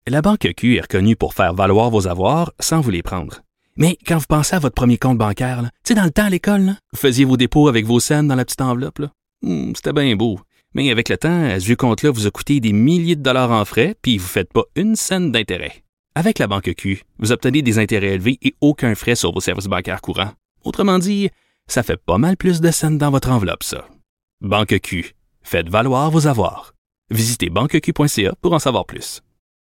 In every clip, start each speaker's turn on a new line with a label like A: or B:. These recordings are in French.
A: La Banque Q est reconnue pour faire valoir vos avoirs sans vous les prendre. Mais quand vous pensez à votre premier compte bancaire, tu sais, dans le temps à l'école, là, vous faisiez vos dépôts avec vos scènes dans la petite enveloppe. Là. C'était bien beau. Mais avec le temps, ce vieux compte-là vous a coûté des milliers de dollars en frais, puis vous ne faites pas une scène d'intérêt. Avec la Banque Q, vous obtenez des intérêts élevés et aucun frais sur vos services bancaires courants. Autrement dit, ça fait pas mal plus de scènes dans votre enveloppe, ça. Banque Q. Faites valoir vos avoirs. Visitez banqueq.ca pour en savoir plus.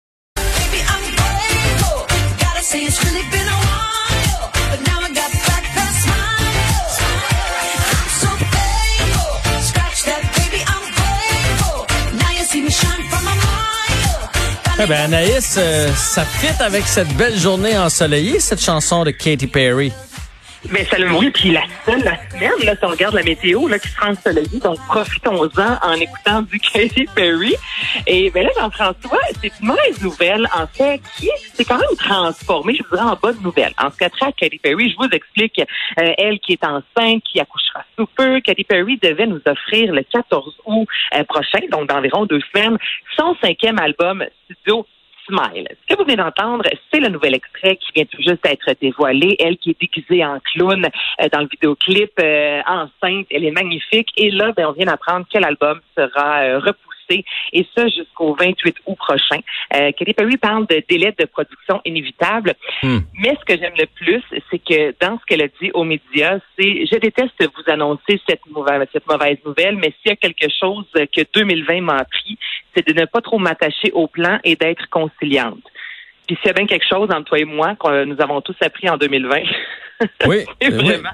B: Eh ben Anaïs, ça fit avec cette belle journée ensoleillée, cette chanson de Katy Perry.
C: Ben ça le oui, puis la semaine, là, si on regarde la météo là, qui sera ensoleillée, donc profitons-en en écoutant du Katy Perry. Et ben là, Jean-François, c'est une mauvaise nouvelle, en fait, qui s'est quand même transformée, je vous dirais, en bonne nouvelle. En ce qui a trait à Katy Perry, je vous explique, elle qui est enceinte, qui accouchera sous peu, Katy Perry devait nous offrir le 14 août prochain, donc d'environ 2 semaines, son 5e album studio Smile. Ce que vous venez d'entendre, c'est le nouvel extrait qui vient tout juste d'être dévoilé. Elle qui est déguisée en clown dans le vidéoclip, enceinte, elle est magnifique. Et là, on vient d'apprendre que l'album sera repoussé, et ça jusqu'au 28 août prochain. Katy Perry parle de délai de production inévitable. Mais ce que j'aime le plus, c'est que dans ce qu'elle a dit aux médias, c'est « Je déteste vous annoncer cette mauvaise nouvelle, mais s'il y a quelque chose que 2020 m'a appris, c'est de ne pas trop m'attacher au plan et d'être conciliante. » Puis s'il y a bien quelque chose entre toi et moi que nous avons tous appris en 2020,
B: oui,
C: c'est vraiment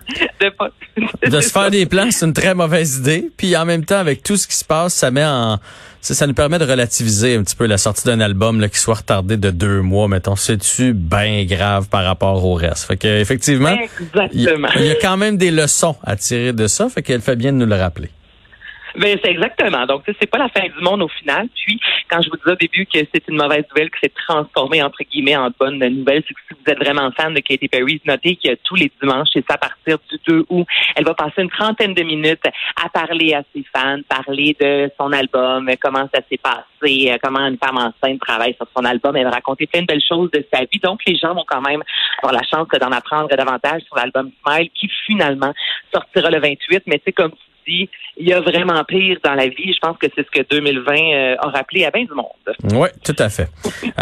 B: de se faire des plans, c'est une très mauvaise idée. Puis en même temps, avec tout ce qui se passe, ça nous permet de relativiser un petit peu la sortie d'un album là, qui soit retardé de 2 mois, mettons. C'est-tu bien grave par rapport au reste? Fait que effectivement, il y a quand même des leçons à tirer de ça. Fait qu'elle fait bien de nous le rappeler.
C: Ben c'est exactement. Donc c'est pas la fin du monde au final. Puis quand je vous disais au début que c'est une mauvaise nouvelle qui s'est transformée entre guillemets en bonne nouvelle, c'est que si vous êtes vraiment fan de Katy Perry, notez que tous les dimanches, c'est ça à partir du 2 août, elle va passer une trentaine de minutes à parler à ses fans, parler de son album, comment ça s'est passé, comment une femme enceinte travaille sur son album. Elle va raconter plein de belles choses de sa vie. Donc les gens vont quand même avoir la chance d'en apprendre davantage sur l'album Smile qui finalement sortira le 28. Mais c'est comme il y a vraiment pire dans la vie. Je pense que c'est ce que 2020 a rappelé à bien du monde.
B: Oui, tout à fait.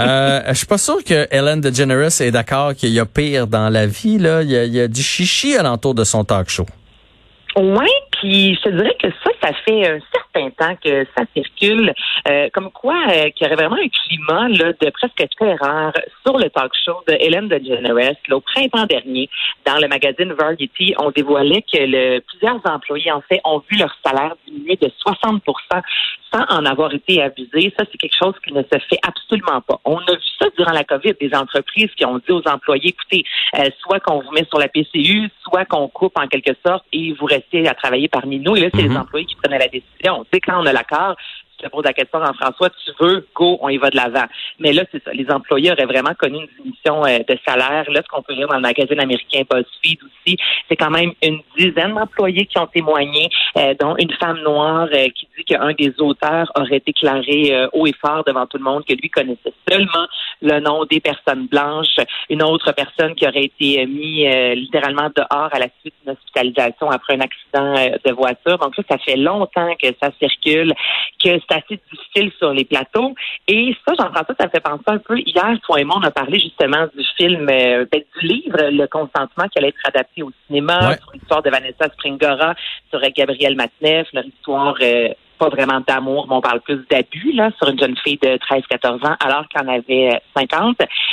B: Je suis pas sûr que Ellen DeGeneres est d'accord qu'il y a pire dans la vie. Là, il y a du chichi alentour de son talk show.
C: Oui, puis je te dirais que ça fait un certain temps que ça circule, comme quoi qu'il y aurait vraiment un climat là, de presque terreur sur le talk show de Ellen DeGeneres. Là, au printemps dernier, dans le magazine Variety, on dévoilait que plusieurs employés, en fait, ont vu leur salaire diminuer de 60% sans en avoir été avisés. Ça, c'est quelque chose qui ne se fait absolument pas. On a vu ça durant la COVID, des entreprises qui ont dit aux employés, écoutez, soit qu'on vous met sur la PCU, soit qu'on coupe en quelque sorte et vous restez à travailler parmi nous. Et là, c'est les employés qui prenaient la décision. Tu sais, quand on a l'accord, je te pose la question, Jean-François, tu veux, go, on y va de l'avant. Mais là, c'est ça. Les employés auraient vraiment connu une diminution de salaire. Là, ce qu'on peut lire dans le magazine américain BuzzFeed aussi, c'est quand même une dizaine d'employés qui ont témoigné, dont une femme noire qui dit qu'un des auteurs aurait déclaré haut et fort devant tout le monde que lui connaissait seulement le nom des personnes blanches. Une autre personne qui aurait été mise littéralement dehors à la suite d'une hospitalisation après un accident de voiture. Donc là, ça fait longtemps que ça circule, que c'est assez difficile sur les plateaux. Et ça, Jean-François, ça me fait penser un peu. Hier, toi et moi, on a parlé justement du film, du livre, Le Consentement, qui allait être adapté au cinéma, sur l'histoire de Vanessa Springora, sur Gabriel Matzneff, leur histoire pas vraiment d'amour, mais on parle plus d'abus, là, sur une jeune fille de 13-14 ans, alors qu'elle en avait 50.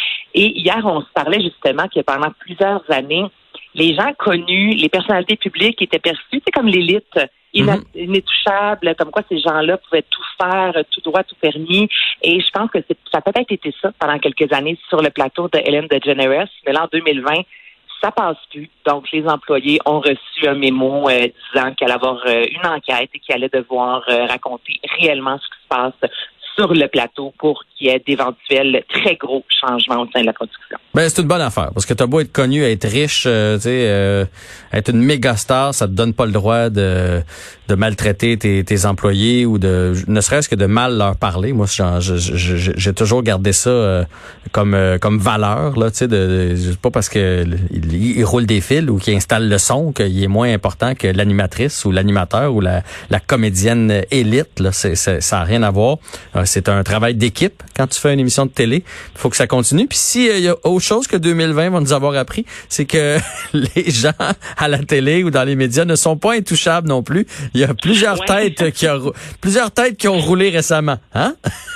C: Et hier, on se parlait justement que pendant plusieurs années, les gens connus, les personnalités publiques étaient perçus, c'est comme l'élite, inétouchable, comme quoi ces gens-là pouvaient tout faire, tout droit, tout permis. Et je pense que ça a peut-être été ça pendant quelques années sur le plateau de Ellen DeGeneres. Mais là, en 2020, ça passe plus. Donc, les employés ont reçu un mémo disant qu'il allait avoir une enquête et qu'il allait devoir raconter réellement ce qui se passe sur le plateau pour qu'il y ait d'éventuels très gros changements au sein de la production.
B: Ben, c'est une bonne affaire, parce que t'as beau être connu, être riche, être une méga star, ça te donne pas le droit de maltraiter tes employés ou ne serait-ce que de mal leur parler. Moi, j'ai toujours gardé ça comme valeur, là, tu sais, pas parce que il roule des fils ou qu'il installe le son qu'il est moins important que l'animatrice ou l'animateur ou la comédienne élite. Là, ça a rien à voir. C'est un travail d'équipe quand tu fais une émission de télé. Il faut que ça continue. Puis s'il y a autre chose que 2020 va nous avoir appris, c'est que les gens à la télé ou dans les médias ne sont pas intouchables non plus. Il y a plusieurs têtes qui ont roulé récemment, hein?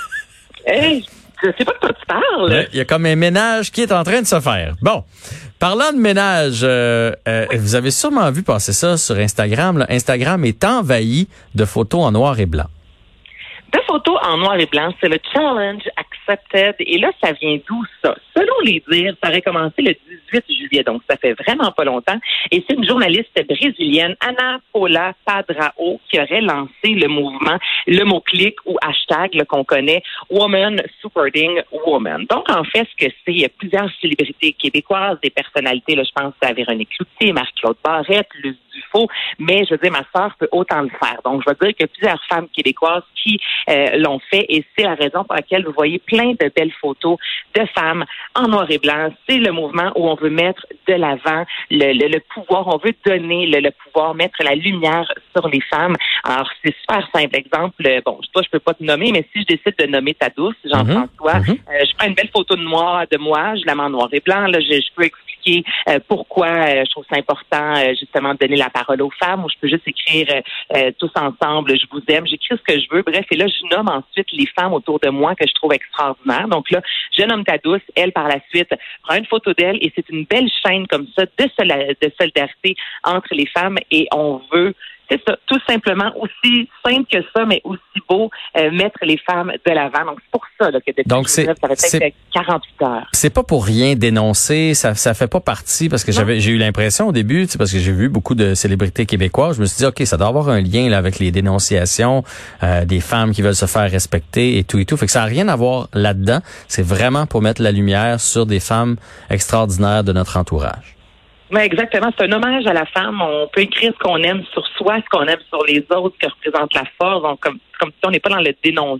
C: Hey, je sais pas de quoi tu parles.
B: Il y a comme un ménage qui est en train de se faire. Bon, parlant de ménage, vous avez sûrement vu passer ça sur Instagram. Là. Instagram est envahi de photos en noir et blanc.
C: De photos en noir et blanc, c'est le challenge accepted. Et là, ça vient d'où ça? Selon les dires, ça aurait commencé le 18 juillet, donc ça fait vraiment pas longtemps. Et c'est une journaliste brésilienne, Ana Paula Padrao, qui aurait lancé le mouvement, le mot-clic ou hashtag là, qu'on connaît, Woman Supporting Woman. Donc, en fait, ce que c'est, il y a plusieurs célébrités québécoises, des personnalités, là, je pense à Véronique Cloutier, Marc-Claude Barrette, Luce Dufault, mais je veux dire, ma sœur peut autant le faire. Donc, je veux dire qu'il y a plusieurs femmes québécoises qui l'ont fait et c'est la raison pour laquelle vous voyez plein de belles photos de femmes en noir et blanc. C'est le mouvement où on veut mettre de l'avant le pouvoir, on veut donner le pouvoir, mettre la lumière sur les femmes. Alors, c'est super simple. Exemple, bon, toi, je peux pas te nommer, mais si je décide de nommer ta douce, Jean-François, je prends une belle photo de moi, je la mets en noir et blanc, là, je peux expliquer pourquoi je trouve ça important, justement, de donner la parole aux femmes, ou je peux juste écrire tous ensemble, je vous aime, j'écris ce que je veux. Bref, et là, je nomme ensuite les femmes autour de moi que je trouve extraordinaires. Donc là, je nomme ta douce, elle, par la suite, prend une photo d'elle et c'est une belle chaîne comme ça de solidarité entre les femmes et on veut, c'est ça, tout simplement aussi simple que ça, mais aussi beau, mettre les femmes de l'avant. Donc, c'est pour ça là, que depuis
B: donc,
C: 2019, ça fait 48 heures.
B: C'est pas pour rien dénoncer, ça fait pas partie, parce que j'ai eu l'impression au début, parce que j'ai vu beaucoup de célébrités québécoises, je me suis dit, OK, ça doit avoir un lien là, avec les dénonciations des femmes qui veulent se faire respecter et tout. Fait que ça n'a rien à voir là-dedans. C'est vraiment pour mettre la lumière sur des femmes extraordinaires de notre entourage.
C: Oui, exactement. C'est un hommage à la femme. On peut écrire ce qu'on aime sur soi, ce qu'on aime sur les autres, ce que représente la force. Donc, comme si on n'est pas dans le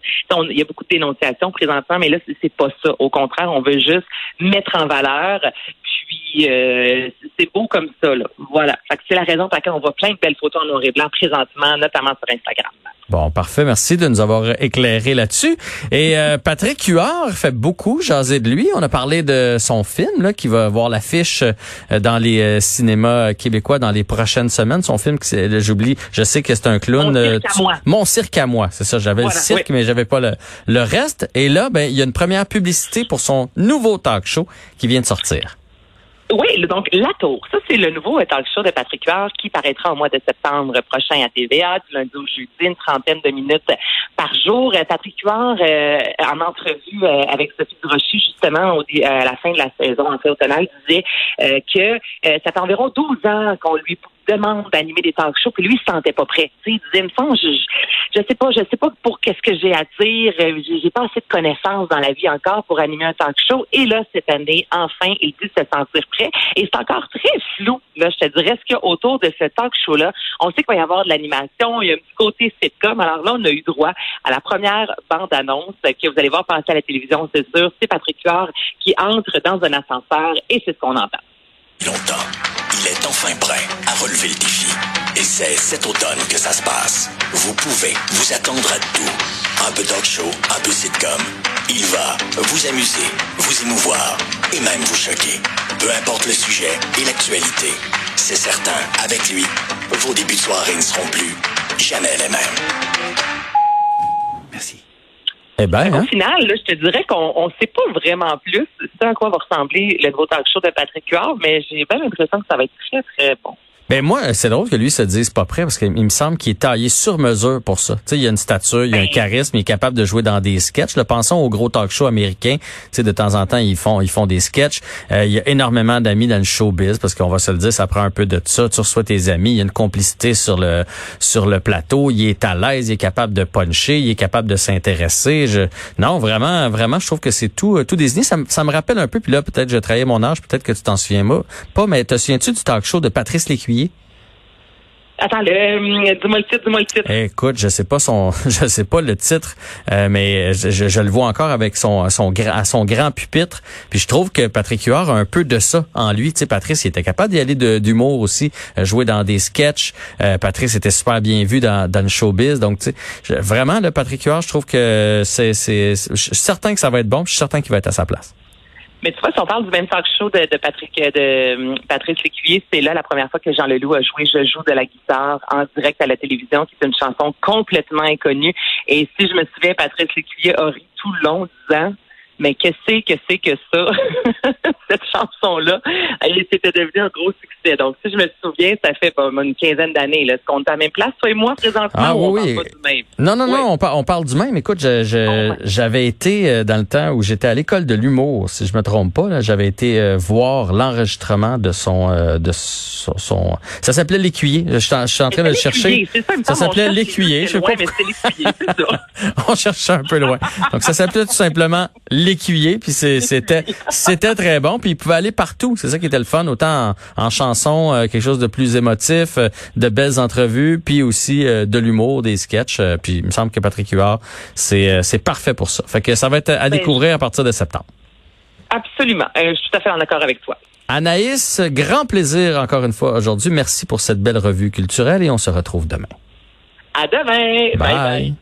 C: il y a beaucoup de dénonciations présentement, mais là, c'est pas ça. Au contraire, on veut juste mettre en valeur. Puis, c'est beau comme ça, là. Voilà. Fait que c'est la raison pour laquelle on voit plein de belles photos en noir et blanc présentement, notamment sur Instagram.
B: Bon, parfait. Merci de nous avoir éclairé là-dessus. Et Patrick Huard fait beaucoup jaser de lui. On a parlé de son film là, qui va voir l'affiche dans les cinémas québécois dans les prochaines semaines. Son film, j'oublie, je sais que c'est un clown. Mon cirque à moi. C'est ça, j'avais le cirque, mais j'avais pas le reste. Et là, il y a une première publicité pour son nouveau talk show qui vient de sortir.
C: Oui, donc La Tour. Ça, c'est le nouveau talk show de Patrick Huard qui paraîtra au mois de septembre prochain à TVA, du lundi au jeudi, une trentaine de minutes par jour. Patrick Huard, en entrevue avec Sophie Durocher, justement, à la fin de la saison, en fait, au total, disait que ça fait environ 12 ans qu'on lui demande d'animer des talk shows, puis lui, il se sentait pas prêt. Tu sais, il disait, il me semble, je sais pas pour qu'est-ce que j'ai à dire, j'ai pas assez de connaissances dans la vie encore pour animer un talk show, et là, cette année, enfin, il dit se sentir prêt, et c'est encore très flou, là, je te dirais, ce qu'il y a autour de ce talk show-là. On sait qu'il va y avoir de l'animation, il y a un petit côté sitcom, alors là, on a eu droit à la première bande-annonce que vous allez voir passer à la télévision, c'est sûr, c'est Patrick Huard qui entre dans un ascenseur, et c'est ce qu'on entend.
D: Longtemps. Il est enfin prêt à relever le défi. Et c'est cet automne que ça se passe. Vous pouvez vous attendre à tout. Un peu talk show, un peu sitcom. Il va vous amuser, vous émouvoir et même vous choquer. Peu importe le sujet et l'actualité. C'est certain, avec lui, vos débuts de soirée ne seront plus jamais les mêmes. Merci.
B: Eh ben,
C: Au final, là, je te dirais qu'on ne sait pas vraiment plus à quoi va ressembler le nouveau talk show de Patrick Huard, mais j'ai bien l'impression que ça va être très, très bon.
B: Ben moi, c'est drôle que lui se dise pas prêt parce qu'il me semble qu'il est taillé sur mesure pour ça. Tu sais, il y a une stature, il y a un charisme, il est capable de jouer dans des sketchs. Là, pensons aux gros talk-shows américains. Tu sais, de temps en temps, ils font des sketchs. Il y a énormément d'amis dans le showbiz parce qu'on va se le dire, ça prend un peu de ça. Tu reçois tes amis, il y a une complicité sur le plateau. Il est à l'aise, il est capable de puncher, il est capable de s'intéresser. Non, vraiment, je trouve que c'est tout désigné. Ça me rappelle un peu. Puis là, peut-être je trahis mon âge, peut-être que tu t'en souviens pas, mais te souviens-tu du talk show de Patrice Lécuyer?
C: Attends, dis-moi le titre.
B: Écoute, je sais pas le titre, mais je le vois encore avec son grand pupitre. Puis je trouve que Patrick Huard a un peu de ça en lui. Tu sais, Patrice, il était capable d'y aller d'humour aussi, jouer dans des sketchs. Patrice était super bien vu dans le showbiz. Donc, tu sais, vraiment, là, Patrick Huard, je trouve que je suis certain que ça va être bon. Puis je suis certain qu'il va être à sa place.
C: Mais tu vois, si on parle du même talk show de Patrice Lécuyer, c'est là la première fois que Jean Leloup a joué Je joue de la guitare en direct à la télévision, qui est une chanson complètement inconnue. Et si je me souviens, Patrice Lécuyer a ri tout le long disant mais que c'est que ça, cette chanson-là, c'était devenu un gros succès. Donc, si je me souviens, ça fait une quinzaine d'années. Est-ce qu'on est à la même place, toi et moi, présentement, ou on parle pas du même?
B: Non, on parle du même. Écoute, j'avais été dans le temps où j'étais à l'école de l'humour, si je me trompe pas, là, j'avais été voir l'enregistrement de son ça s'appelait L'Écuyer. Je suis en train de le chercher. Ça s'appelait L'Écuyer. Je sais pas.
C: Mais c'est L'Écuyer, c'est ça.
B: On cherchait un peu loin. Donc, ça s'appelait tout simplement L'Écuyer, puis c'était très bon, puis il pouvait aller partout. C'est ça qui était le fun, autant en chanson, quelque chose de plus émotif, de belles entrevues, puis aussi de l'humour, des sketchs. Puis il me semble que Patrick Huard, c'est parfait pour ça. Fait que ça va être à découvrir à partir de septembre.
C: Absolument. Je suis tout à fait en accord avec toi.
B: Anaïs, grand plaisir encore une fois aujourd'hui. Merci pour cette belle revue culturelle et on se retrouve demain.
C: À demain. Bye bye.